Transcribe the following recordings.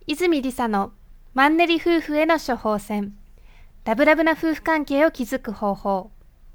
泉理沙のマンネリ夫婦への処方箋。ラブラブな夫婦関係を築く方法。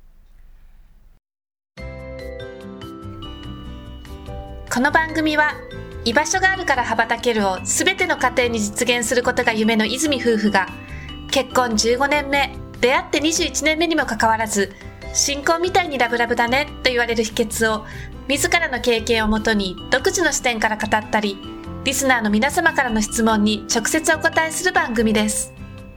この番組は居場所があるから羽ばたけるをすべての家庭に実現することが夢の泉夫婦が結婚15年目、出会って21年目にもかかわらず新婚みたいにラブラブだねと言われる秘訣を自らの経験をもとに独自の視点から語ったり、リスナーの皆様からの質問に直接お答えする番組です。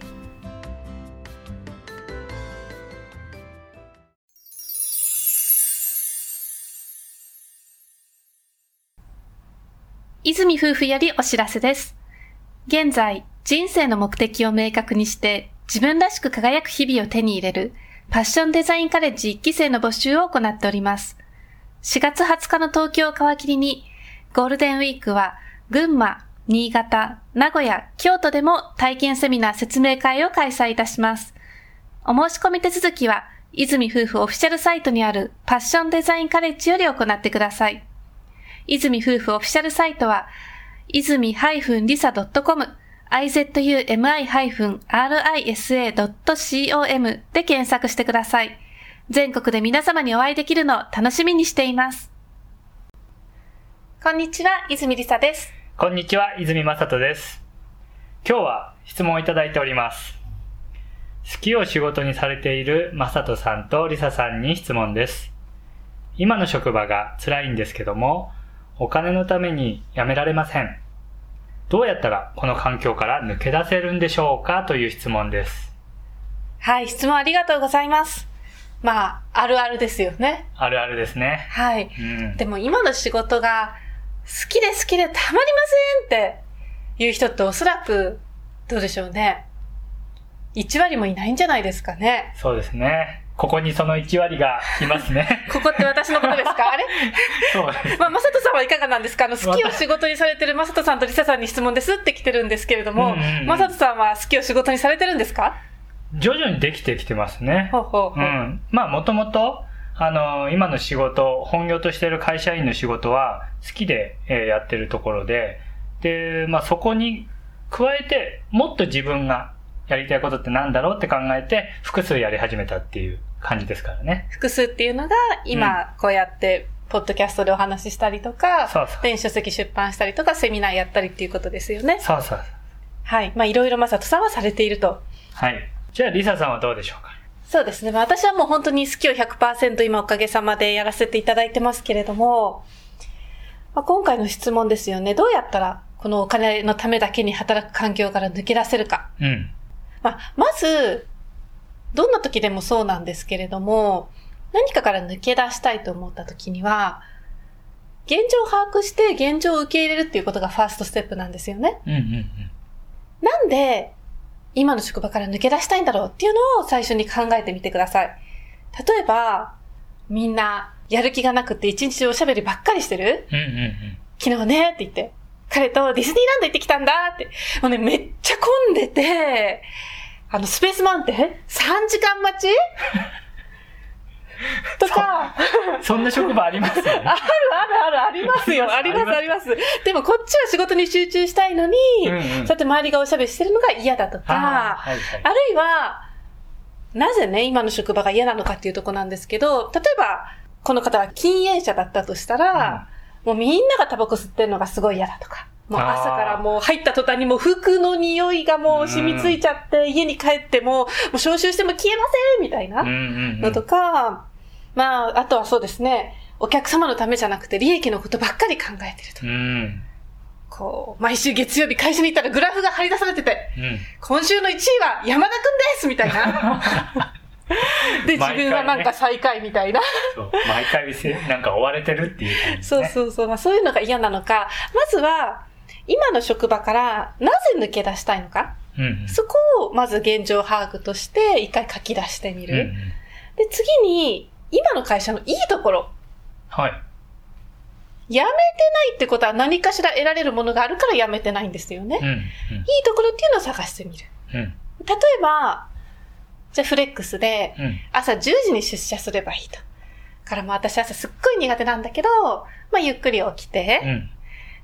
泉夫婦よりお知らせです。現在、人生の目的を明確にして自分らしく輝く日々を手に入れるパッションデザインカレッジ1期生の募集を行っております。4月20日の東京を皮切りに、ゴールデンウィークは群馬、新潟、名古屋、京都でも体験セミナー説明会を開催いたします。お申し込み手続きは、泉夫婦オフィシャルサイトにあるパッションデザインカレッジより行ってください。泉夫婦オフィシャルサイトは、izumi-risa.com、izumi-risa.com で検索してください。全国で皆様にお会いできるのを楽しみにしています。こんにちは、泉理沙です。 こんにちは、泉正人です。今日は質問をいただいております。好きを仕事にされている正人さんと理沙さんに質問です。今の職場が辛いんですけども、お金のために辞められません。どうやったらこの環境から抜け出せるんでしょうかという質問です。 はい、質問ありがとうございます。あるあるですよね。 あるあるですね。 はい。でも今の仕事が好きでたまりませんっていう人っておそらくどうでしょうね。1割もいないんじゃないですかね。 そうですね。ここにその1割がいますね。 ここって私のことですか？あれそうです。 正人さんはいかがなんですか？好きを仕事にされてる正人さんと理沙さんに質問ですって来てるんですけれども、正人さんは好きを仕事にされてるんですか？ 徐々にできてきてますね。 もともと今の仕事、本業としている会社員の仕事は好きで、やってるところで、そこに加えてもっと自分がやりたいことってなんだろうって考えて複数やり始めたっていう感じですからね。複数っていうのが今こうやってポッドキャストでお話ししたりとか、電子書籍出版したりとかセミナーやったりっていうことですよね。 そうそう。 はい。いろいろ正人さんはされていると。 はい。じゃあ理沙さんはどうでしょうか？ そうですね。私はもう本当に好きを 100% 今おかげさまでやらせていただいてますけれども、今回の質問ですよね。どうやったらこのお金のためだけに働く環境から抜け出せるか。まず、どんな時でもそうなんですけれども、何かから抜け出したいと思った時には、現状を把握して現状を受け入れるっていうことがファーストステップなんですよね。なんで、今の職場から抜け出したいんだろうっていうのを最初に考えてみてください。例えば、みんなやる気がなくて一日おしゃべりばっかりしてる？昨日ねって言って、彼とディズニーランド行ってきたんだって。もうね、めっちゃ混んでて、スペースマウンテン ?3 時間待ちとかそんな職場ありますよね。 ありますよ。あります。でもこっちは仕事に集中したいのに、そうやって周りがおしゃべりしてるのが嫌だとか、あるいは、なぜね、今の職場が嫌なのかっていうとこなんですけど、例えば、この方は禁煙者だったとしたら、もうみんながタバコ吸ってるのがすごい嫌だとか、もう朝からもう入った途端にもう服の匂いがもう染みついちゃって、家に帰ってもう消臭しても消えませんみたいなのとか、あとはそうですね、お客様のためじゃなくて利益のことばっかり考えてると。毎週月曜日会社に行ったらグラフが張り出されてて、今週の1位は山田くんですみたいな。で、自分はなんか最下位みたいな。 毎回なんか追われてるっていう感じですね。 そういうのが嫌なのか、まずは、今の職場からなぜ抜け出したいのか、そこをまず現状把握として一回書き出してみる。で、次に、今の会社のいいところ。辞めてないってことは何かしら得られるものがあるから辞めてないんですよね。いいところっていうのを探してみる。例えば、じゃあフレックスで朝10時に出社すればいいと。から私朝すっごい苦手なんだけど、ゆっくり起きて、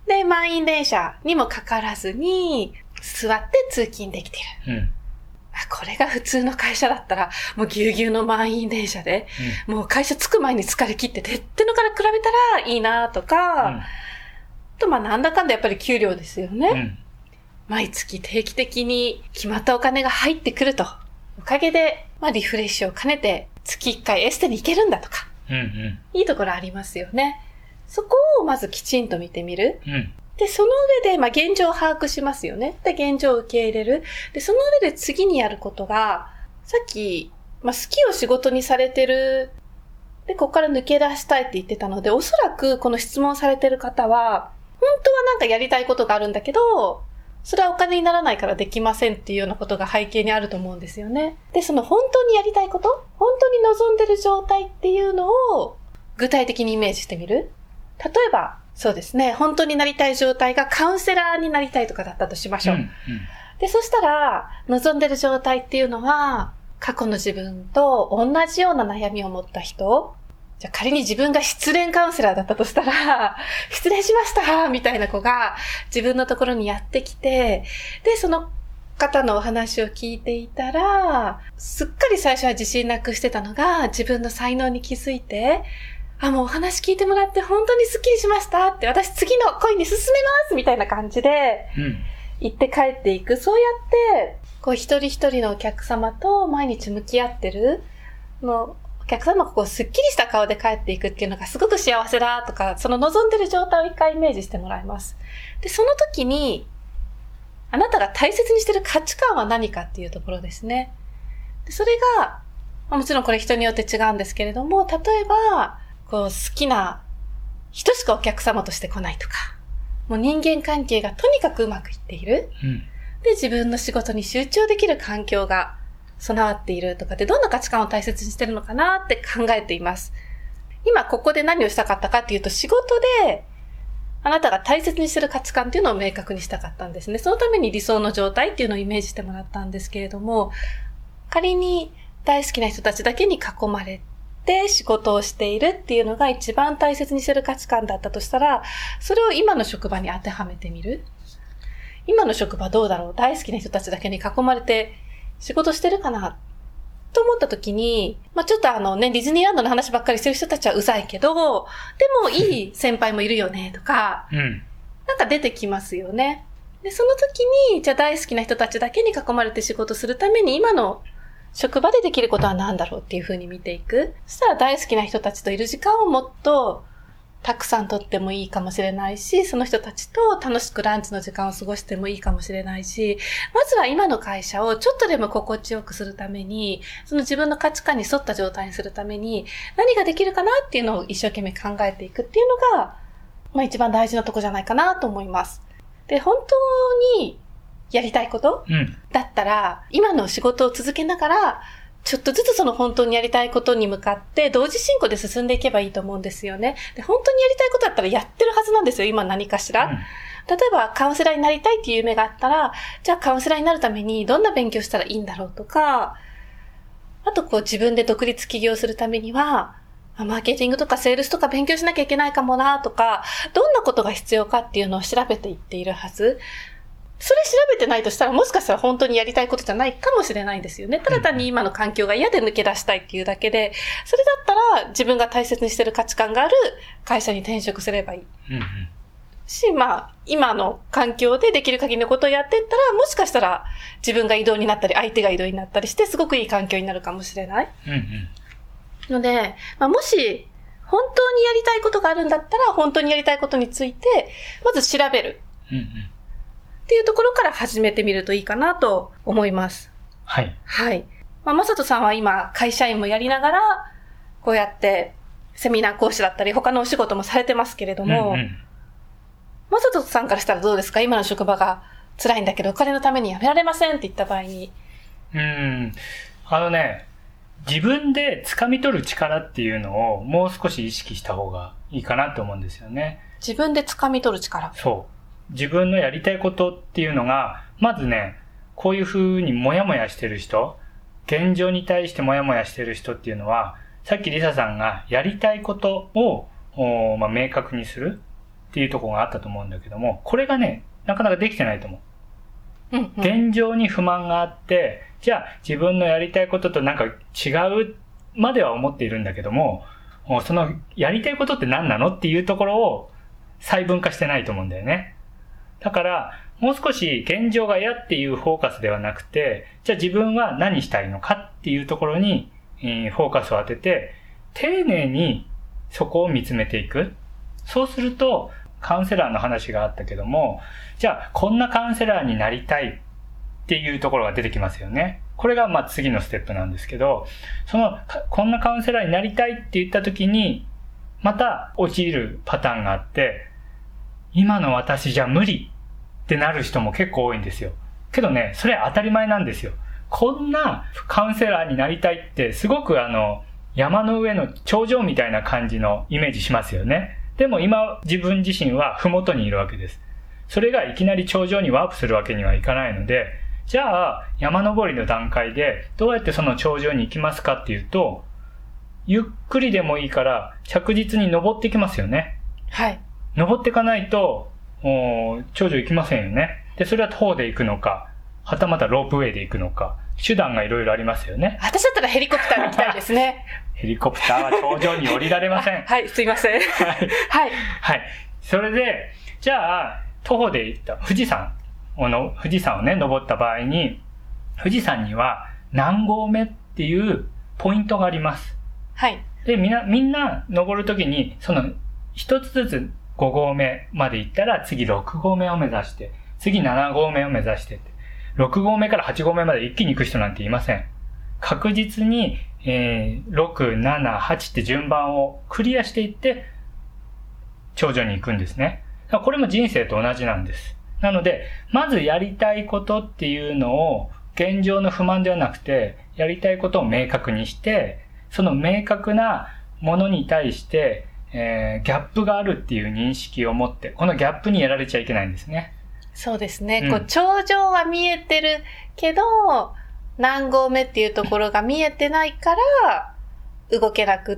で、満員電車にもかからずに、座って通勤できている。これが普通の会社だったら、もうぎゅうぎゅうの満員電車で、もう会社着く前に疲れ切っててってのから比べたらいいなとか、あとなんだかんだやっぱり給料ですよね。毎月定期的に決まったお金が入ってくると。おかげで、リフレッシュを兼ねて月1回エステに行けるんだとか、いいところありますよね。そこをまずきちんと見てみる。で、その上で、現状を把握しますよね。で、現状を受け入れる。で、その上で次にやることが、さっき、好きを仕事にされてる。で、ここから抜け出したいって言ってたので、おそらくこの質問されてる方は、本当はなんかやりたいことがあるんだけど、それはお金にならないからできませんっていうようなことが背景にあると思うんですよね。で、その本当にやりたいこと、本当に望んでる状態っていうのを具体的にイメージしてみる。例えば、そうですね。本当になりたい状態がカウンセラーになりたいとかだったとしましょう。で、そしたら、望んでる状態っていうのは、過去の自分と同じような悩みを持った人。じゃあ仮に自分が失恋カウンセラーだったとしたら、失恋しましたみたいな子が自分のところにやってきて、で、その方のお話を聞いていたら、すっかり最初は自信なくしてたのが、自分の才能に気づいて、もうお話聞いてもらって本当にスッキリしましたって、私次の恋に進めますみたいな感じで言って帰っていく。そうやって一人一人のお客様と毎日向き合ってるお客様がスッキリした顔で帰っていくっていうのがすごく幸せだとか、その望んでる状態を一回イメージしてもらいます。で、その時にあなたが大切にしてる価値観は何かっていうところですね。で、それがもちろんこれ人によって違うんですけれども、例えば好きな人しかお客様として来ないとか、もう人間関係がとにかくうまくいっている。で、自分の仕事に集中できる環境が備わっているとかで、どんな価値観を大切にしてるのかなって考えています。今ここで何をしたかったかっていうと、仕事であなたが大切にしてる価値観っていうのを明確にしたかったんですね。そのために理想の状態っていうのをイメージしてもらったんですけれども、仮に大好きな人たちだけに囲まれて仕事をしているっていうのが一番大切にしてる価値観だったとしたら、それを今の職場に当てはめてみる。今の職場どうだろう？大好きな人たちだけに囲まれて仕事してるかなと思った時に、ちょっとディズニーランドの話ばっかりしてる人たちはうざいけど、でもいい先輩もいるよねとか、なんか出てきますよね。で、その時に、じゃあ大好きな人たちだけに囲まれて仕事するために今の職場でできることは何だろうっていう風に見ていく。そしたら大好きな人たちといる時間をもっとたくさんとってもいいかもしれないし、その人たちと楽しくランチの時間を過ごしてもいいかもしれないし、まずは今の会社をちょっとでも心地よくするために、その自分の価値観に沿った状態にするために何ができるかなっていうのを一生懸命考えていくっていうのが、一番大事なとこじゃないかなと思います。で、本当にやりたいこと、だったら、今の仕事を続けながら、ちょっとずつその本当にやりたいことに向かって同時進行で進んでいけばいいと思うんですよね。で、本当にやりたいことだったらやってるはずなんですよ、今何かしら。例えばカウンセラーになりたいっていう夢があったら、じゃあカウンセラーになるためにどんな勉強したらいいんだろうとか、あと自分で独立起業するためには、マーケティングとかセールスとか勉強しなきゃいけないかもなとか、どんなことが必要かっていうのを調べていっているはず。それ調べてないとしたらもしかしたら本当にやりたいことじゃないかもしれないんですよね。ただ単に今の環境が嫌で抜け出したいっていうだけで、それだったら自分が大切にしてる価値観がある会社に転職すればいい。し、今の環境でできる限りのことをやっていったら、もしかしたら自分が異動になったり、相手が異動になったりして、すごくいい環境になるかもしれない。ので、もし本当にやりたいことがあるんだったら、本当にやりたいことについて、まず調べる。っていうところから始めてみるといいかなと思います。 はい。 はい。まさとさんは今、会社員もやりながら、こうやってセミナー講師だったり、他のお仕事もされてますけれども、まさとさんからしたらどうですか？今の職場が辛いんだけど、お金のために辞められませんって言った場合に。 自分で掴み取る力っていうのをもう少し意識した方がいいかなと思うんですよね。 自分で掴み取る力。 そう。自分のやりたいことっていうのが、まずね、こういう風にモヤモヤしてる人、現状に対してモヤモヤしてる人っていうのは、さっきリサさんがやりたいことを、明確にする。 っていうところがあったと思うんだけども、これがね、なかなかできてないと思う。現状に不満があって、じゃあ自分のやりたいこととなんか違うまでは思っているんだけども、そのやりたいことって何なのっていうところを細分化してないと思うんだよね。だからもう少し現状が嫌っていうフォーカスではなくて、じゃあ自分は何したいのかっていうところにフォーカスを当てて、丁寧にそこを見つめていく。そうするとカウンセラーの話があったけども、じゃあこんなカウンセラーになりたいっていうところが出てきますよね。これが次のステップなんですけど、こんなカウンセラーになりたいって言った時に、また陥るパターンがあって、今の私じゃ無理ってなる人も結構多いんですよ。けどね、それ当たり前なんですよ。こんなカウンセラーになりたいってすごく山の上の頂上みたいな感じのイメージしますよね。でも今自分自身は麓にいるわけです。それがいきなり頂上にワープするわけにはいかないので、じゃあ山登りの段階でどうやってその頂上に行きますかっていうと、ゆっくりでもいいから着実に登ってきますよね。 はい。 登っていかないと頂上行きませんよね。で、それは徒歩で行くのか、はたまたロープウェイで行くのか、手段がいろいろありますよね。 私だったらヘリコプターで行きたいですね。 ヘリコプターは頂上に降りられません。 はい、すいません。はい。 はい。それで、じゃあ、徒歩で行った富士山をね、登った場合に、富士山には何合目っていうポイントがあります。 はい。 で、みんな登るときに、その一つずつ5合目まで行ったら、次6合目を目指して、次7合目を目指してって、6合目から8合目まで一気に行く人なんていません。確実に、6、7、8って順番をクリアしていって、頂上に行くんですね。これも人生と同じなんです。なので、まずやりたいことっていうのを、現状の不満ではなくて、やりたいことを明確にして、その明確なものに対して、ギャップがあるっていう認識を持って、このギャップにやられちゃいけないんですね。 そうですね。頂上は見えてるけど、何合目っていうところが見えてないから、動けなくって、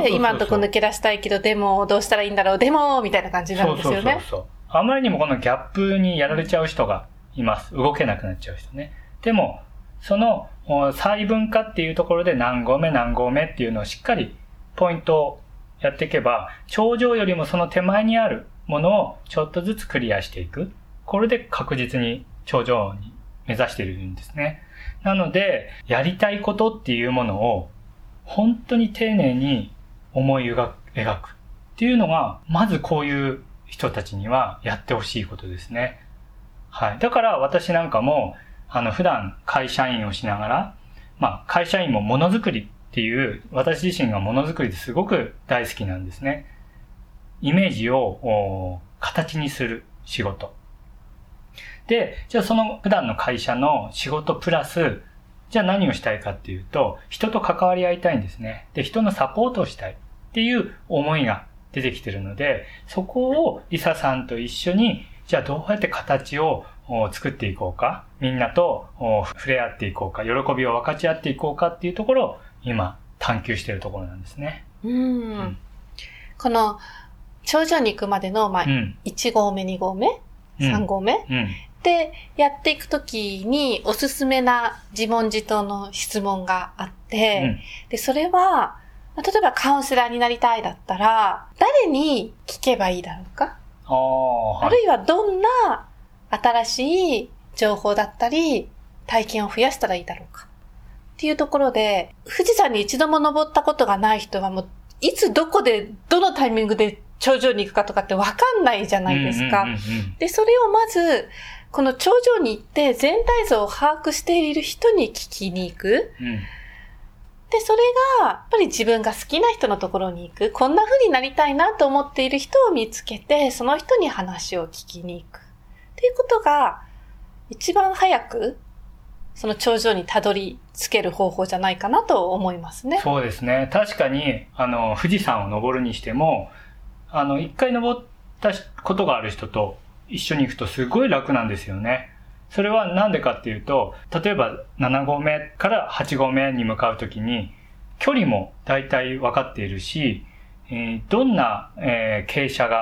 今のところ抜け出したいけど、でもどうしたらいいんだろう、でも、みたいな感じなんですよね。 そう。あまりにもこのギャップにやられちゃう人がいます。動けなくなっちゃう人ね。でも、その細分化っていうところで何合目っていうのをしっかりポイントをやっていけば、頂上よりもその手前にあるものをちょっとずつクリアしていく。これで確実に頂上に目指しているんですね。なので、やりたいことっていうものを本当に丁寧に思い描くっていうのが、まずこういう人たちにはやってほしいことですね。はい。だから私なんかも、普段会社員をしながら、会社員もものづくりっていう、私自身がものづくりですごく大好きなんですね。イメージを形にする仕事。で、じゃあその普段の会社の仕事プラス、じゃあ何をしたいかっていうと、人と関わり合いたいんですね。で、人のサポートをしたいっていう思いが出てきてるので、そこをリサさんと一緒に、じゃあどうやって形を作っていこうか、みんなと触れ合っていこうか、喜びを分かち合っていこうかっていうところを今探求しているところなんですね。 この頂上に行くまでの、1合目、2合目、3合目、でやっていくときにおすすめな自問自答の質問があって、でそれは例えばカウンセラーになりたいだったら誰に聞けばいいだろうか、あるいはどんな新しい情報だったり体験を増やしたらいいだろうかっていうところで、富士山に一度も登ったことがない人はもういつどこでどのタイミングで頂上に行くかとかって分かんないじゃないですか。でそれをまずこの頂上に行って全体像を把握している人に聞きに行く。で、それが、やっぱり自分が好きな人のところに行く。こんな風になりたいなと思っている人を見つけて、その人に話を聞きに行く。っていうことが、一番早く、その頂上にたどり着ける方法じゃないかなと思いますね。 そうですね。確かに、富士山を登るにしても、一回登ったことがある人と一緒に行くとすごい楽なんですよね。それはなんでかっていうと、例えば7合目から8合目に向かうときに、距離も大体分かっているし、どんな傾斜が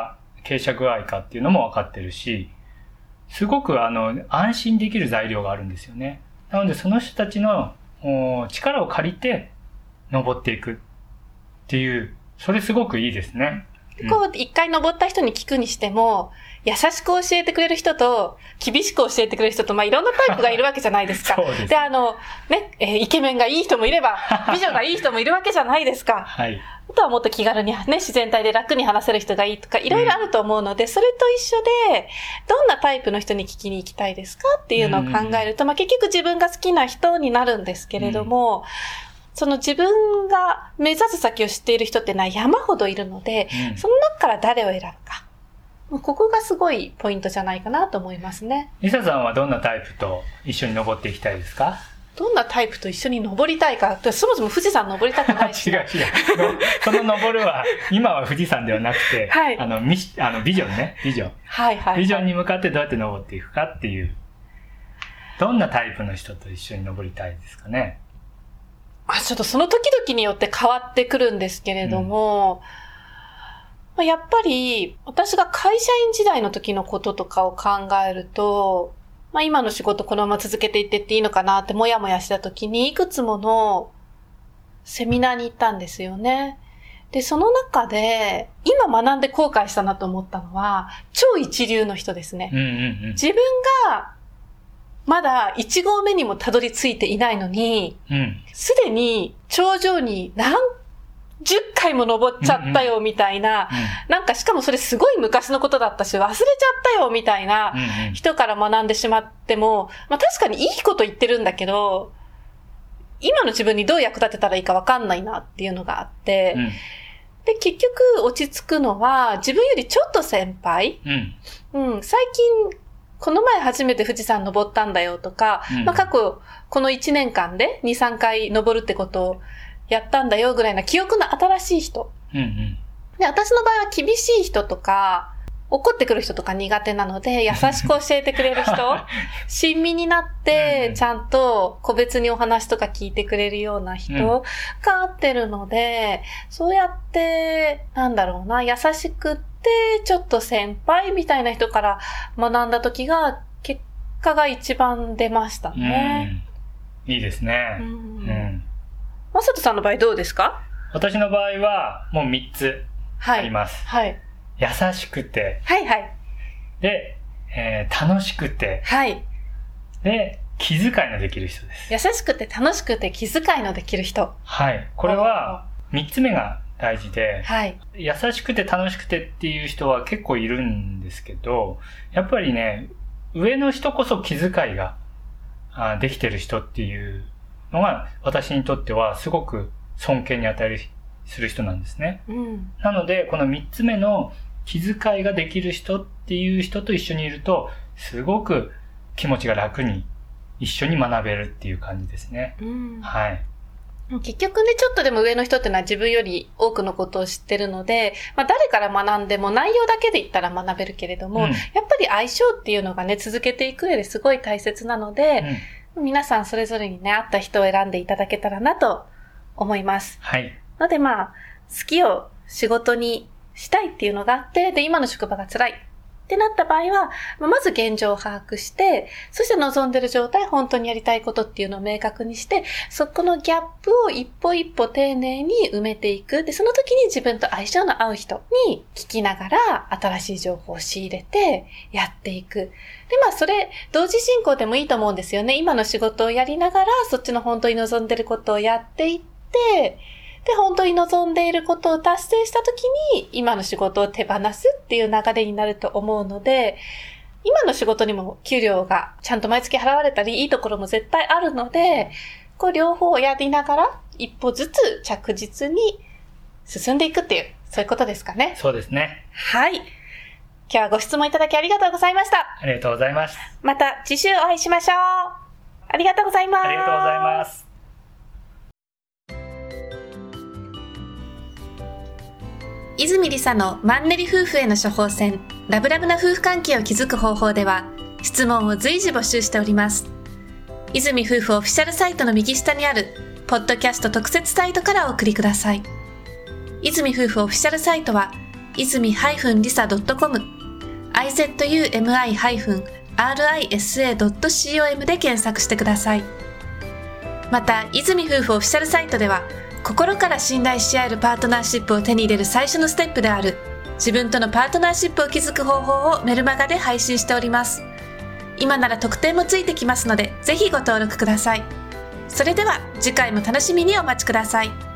傾斜具合かっていうのも分かってるし、すごく安心できる材料があるんですよね。なのでその人たちの力を借りて登っていくっていう、それすごくいいですね。 こう、一回登った人に聞くにしても、優しく教えてくれる人と、厳しく教えてくれる人と、いろんなタイプがいるわけじゃないですか。 そうです。 で、イケメンがいい人もいれば、美女がいい人もいるわけじゃないですか。 はい。 あとはもっと気軽にね、自然体で楽に話せる人がいいとか、いろいろあると思うので、それと一緒で、どんなタイプの人に聞きに行きたいですかっていうのを考えると、結局自分が好きな人になるんですけれども、その自分が目指す先を知っている人ってのは山ほどいるので、その中から誰を選ぶか。ここがすごいポイントじゃないかなと思いますね。 リサさんはどんなタイプと一緒に登っていきたいですか？ どんなタイプと一緒に登りたいか。そもそも富士山登りたくないし。 違う。この登るは、今は富士山ではなくて、 はい、 ビジョンね。ビジョン。 はいはい、はい。 ビジョンに向かってどうやって登っていくかっていう。どんなタイプの人と一緒に登りたいですかね？ ちょっとその時々によって変わってくるんですけれども、やっぱり私が会社員時代の時のこととかを考えると、今の仕事このまま続けていってっていいのかなってもやもやした時にいくつものセミナーに行ったんですよね。で、その中で今学んで後悔したなと思ったのは超一流の人ですね。自分がまだ1合目にもたどり着いていないのに、すでに頂上に何十回も登っちゃったよみたいな、なんかしかもそれすごい昔のことだったし忘れちゃったよみたいな人から学んでしまっても、確かにいいこと言ってるんだけど、今の自分にどう役立てたらいいかわかんないなっていうのがあって、で、結局落ち着くのは自分よりちょっと先輩、最近この前初めて富士山登ったんだよとか、過去この1年間で2、3回登るってことをやったんだよぐらいな記憶の新しい人。で、私の場合は厳しい人とか、怒ってくる人とか苦手なので、優しく教えてくれる人、親身になって、ちゃんと個別にお話とか聞いてくれるような人が合ってるので、そうやって、優しくって、ちょっと先輩みたいな人から学んだ時が、結果が一番出ましたね。 いいですね。 まさとさんの場合どうですか？ 私の場合はもう3つあります。 はい。 優しくて。 はいはい。 で、楽しくて。 はい。 で、気遣いのできる人です。 優しくて楽しくて気遣いのできる人。 はい。これは3つ目が大事で、 はい。 優しくて楽しくてっていう人は結構いるんですけど、やっぱりね、上の人こそ気遣いができてる人っていうのが私にとってはすごく尊敬に値する人なんですね。なのでこの3つ目の気遣いができる人っていう人と一緒にいるとすごく気持ちが楽に一緒に学べるっていう感じですね。はい。 結局ね、ちょっとでも上の人ってのは自分より多くのことを知ってるので、誰から学んでも内容だけで言ったら学べるけれども、やっぱり相性っていうのがね、続けていく上ですごい大切なので、皆さんそれぞれにね、合った人を選んでいただけたらなと思います。 はい。 ので好きを仕事にしたいっていうのがあって、で、今の職場が辛いってなった場合は、まず現状を把握して、そして望んでる状態、本当にやりたいことっていうのを明確にして、そこのギャップを一歩一歩丁寧に埋めていく。で、その時に自分と相性の合う人に聞きながら、新しい情報を仕入れてやっていく。で、それ、同時進行でもいいと思うんですよね。今の仕事をやりながら、そっちの本当に望んでることをやっていって、で、本当に望んでいることを達成したときに、今の仕事を手放すっていう流れになると思うので、今の仕事にも給料がちゃんと毎月払われたり、いいところも絶対あるので、両方をやりながら、一歩ずつ着実に進んでいくっていう、そういうことですかね。 そうですね。 はい。今日はご質問いただきありがとうございました。 ありがとうございます。 また次週お会いしましょう。ありがとうございます。 ありがとうございます。 泉理沙のマンネリ夫婦への処方箋、ラブラブな夫婦関係を築く方法では、質問を随時募集しております。泉夫婦オフィシャルサイトの右下にある、ポッドキャスト特設サイトからお送りください。泉夫婦オフィシャルサイトは、 izumi-risa.com、izumi-risa.com で検索してください。また、泉夫婦オフィシャルサイトでは、心から信頼し合えるパートナーシップを手に入れる最初のステップである、自分とのパートナーシップを築く方法をメルマガで配信しております。今なら特典もついてきますので、ぜひご登録ください。それでは次回も楽しみにお待ちください。